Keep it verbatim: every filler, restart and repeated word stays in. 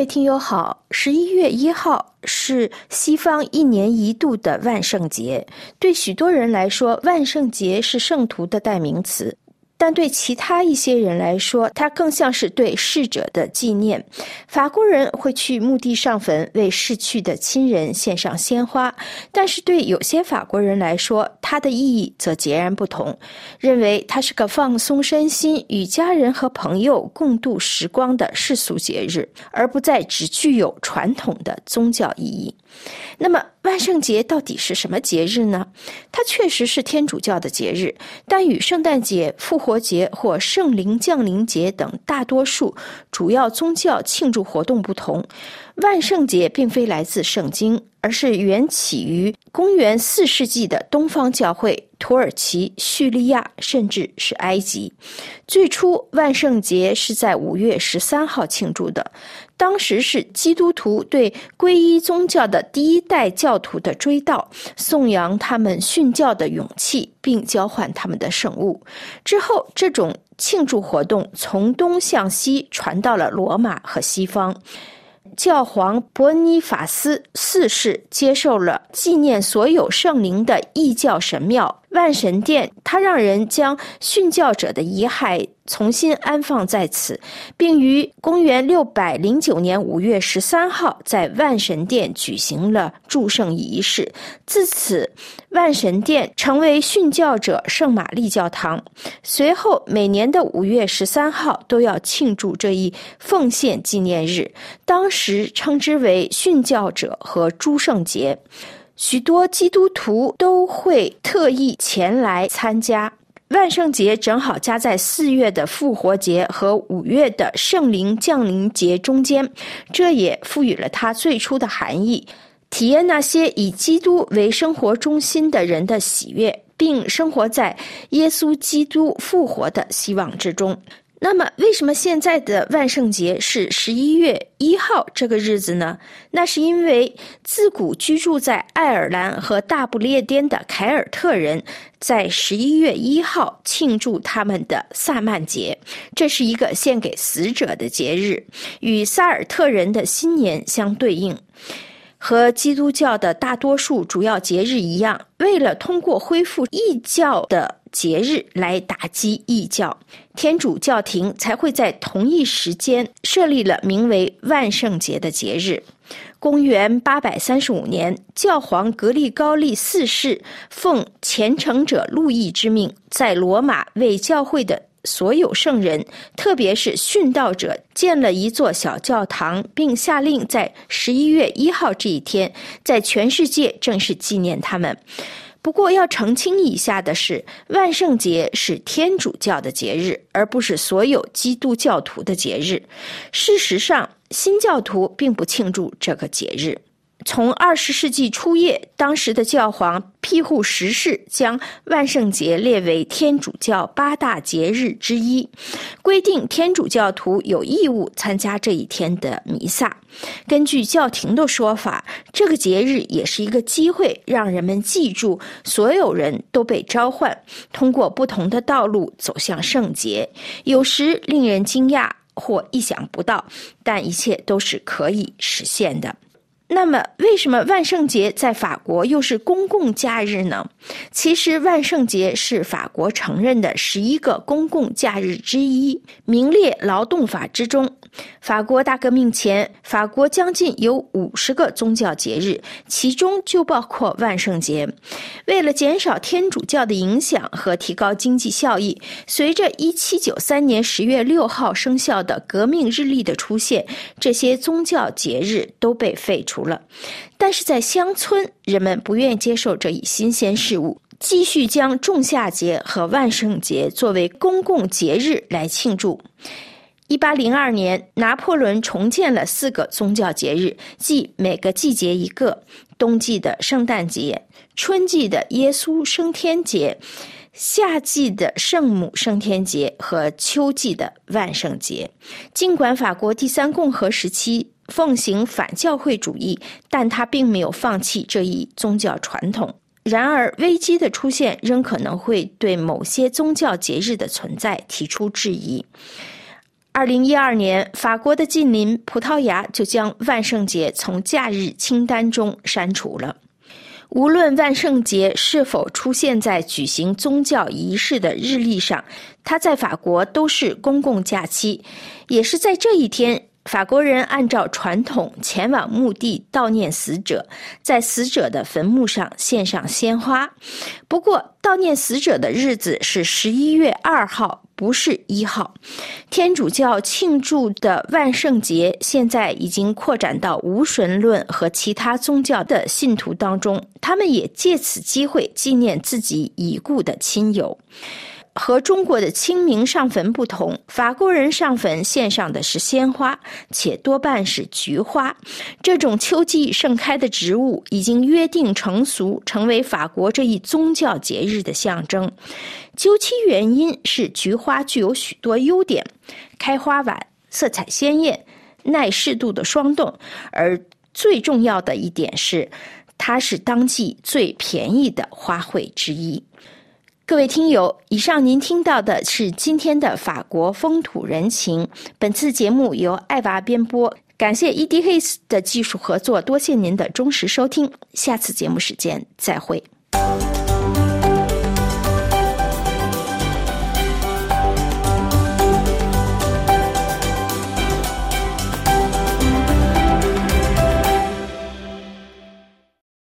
听友好，十一月一号是西方一年一度的万圣节。对许多人来说，万圣节是圣徒的代名词，但对其他一些人来说，它更像是对逝者的纪念。法国人会去墓地上坟，为逝去的亲人献上鲜花，但是对有些法国人来说，它的意义则截然不同，认为它是个放松身心、与家人和朋友共度时光的世俗节日，而不再只具有传统的宗教意义。那么万圣节到底是什么节日呢？它确实是天主教的节日，但与圣诞节、复活节或圣灵降临节等大多数主要宗教庆祝活动不同，万圣节并非来自圣经，而是源起于公元四世纪的东方教会、土耳其、叙利亚，甚至是埃及。最初万圣节是在五月十三号庆祝的，当时是基督徒对皈依宗教的第一代教徒的追悼，颂扬他们殉教的勇气，并交换他们的圣物。之后，这种庆祝活动从东向西传到了罗马和西方。教皇伯尼法斯四世接受了纪念所有圣灵的异教神庙万神殿，他让人将殉教者的遗骸重新安放在此，并于公元六百零九年五月十三号在万神殿举行了祝圣仪式。自此，万神殿成为殉教者圣玛丽教堂。随后，每年的五月十三号都要庆祝这一奉献纪念日，当时称之为殉教者和诸圣节。许多基督徒都会特意前来参加。万圣节正好夹在四月的复活节和五月的圣灵降临节中间，这也赋予了它最初的含义，体验那些以基督为生活中心的人的喜悦，并生活在耶稣基督复活的希望之中。那么为什么现在的万圣节是十一月一号这个日子呢？那是因为自古居住在爱尔兰和大不列颠的凯尔特人在十一月一号庆祝他们的萨曼节，这是一个献给死者的节日，与萨尔特人的新年相对应。和基督教的大多数主要节日一样，为了通过恢复异教的节日来打击异教，天主教廷才会在同一时间设立了名为万圣节的节日。公元八百三十五年，教皇格利高利四世奉虔诚者路易之命，在罗马为教会的所有圣人，特别是殉道者，建了一座小教堂，并下令在十一月一号这一天，在全世界正式纪念他们。不过要澄清一下的是，万圣节是天主教的节日，而不是所有基督教徒的节日。事实上，新教徒并不庆祝这个节日。从二十世纪初叶，当时的教皇庇护十世将万圣节列为天主教八大节日之一，规定天主教徒有义务参加这一天的弥撒。根据教廷的说法，这个节日也是一个机会，让人们记住所有人都被召唤，通过不同的道路走向圣洁，有时令人惊讶或意想不到，但一切都是可以实现的。那么为什么万圣节在法国又是公共假日呢？其实万圣节是法国承认的十一个公共假日之一，名列劳动法之中。法国大革命前，法国将近有五十个宗教节日，其中就包括万圣节。为了减少天主教的影响和提高经济效益，随着一七九三年十月六号生效的革命日历的出现，这些宗教节日都被废除了。但是在乡村，人们不愿接受这一新鲜事物，继续将仲夏节和万圣节作为公共节日来庆祝。一八零二年，拿破仑重建了四个宗教节日，即每个季节一个：冬季的圣诞节、春季的耶稣升天节、夏季的圣母升天节和秋季的万圣节。尽管法国第三共和时期奉行反教会主义，但他并没有放弃这一宗教传统。然而，危机的出现仍可能会对某些宗教节日的存在提出质疑。 二零一二年，法国的近邻葡萄牙就将万圣节从假日清单中删除了。无论万圣节是否出现在举行宗教仪式的日历上，它在法国都是公共假期。也是在这一天，法国人按照传统前往墓地悼念死者，在死者的坟墓上献上鲜花。不过，悼念死者的日子是十一月二号，不是一号。天主教庆祝的万圣节现在已经扩展到无神论和其他宗教的信徒当中，他们也借此机会纪念自己已故的亲友。和中国的清明上坟不同，法国人上坟献上的是鲜花，且多半是菊花。这种秋季盛开的植物已经约定成俗，成为法国这一宗教节日的象征。究其原因是菊花具有许多优点：开花晚，色彩鲜艳，耐适度的霜冻，而最重要的一点是，它是当季最便宜的花卉之一。各位听友，以上您听到的是今天的法国风土人情。本次节目由艾娃编播，感谢 E D Hayes 的技术合作，多谢您的忠实收听。下次节目时间再会。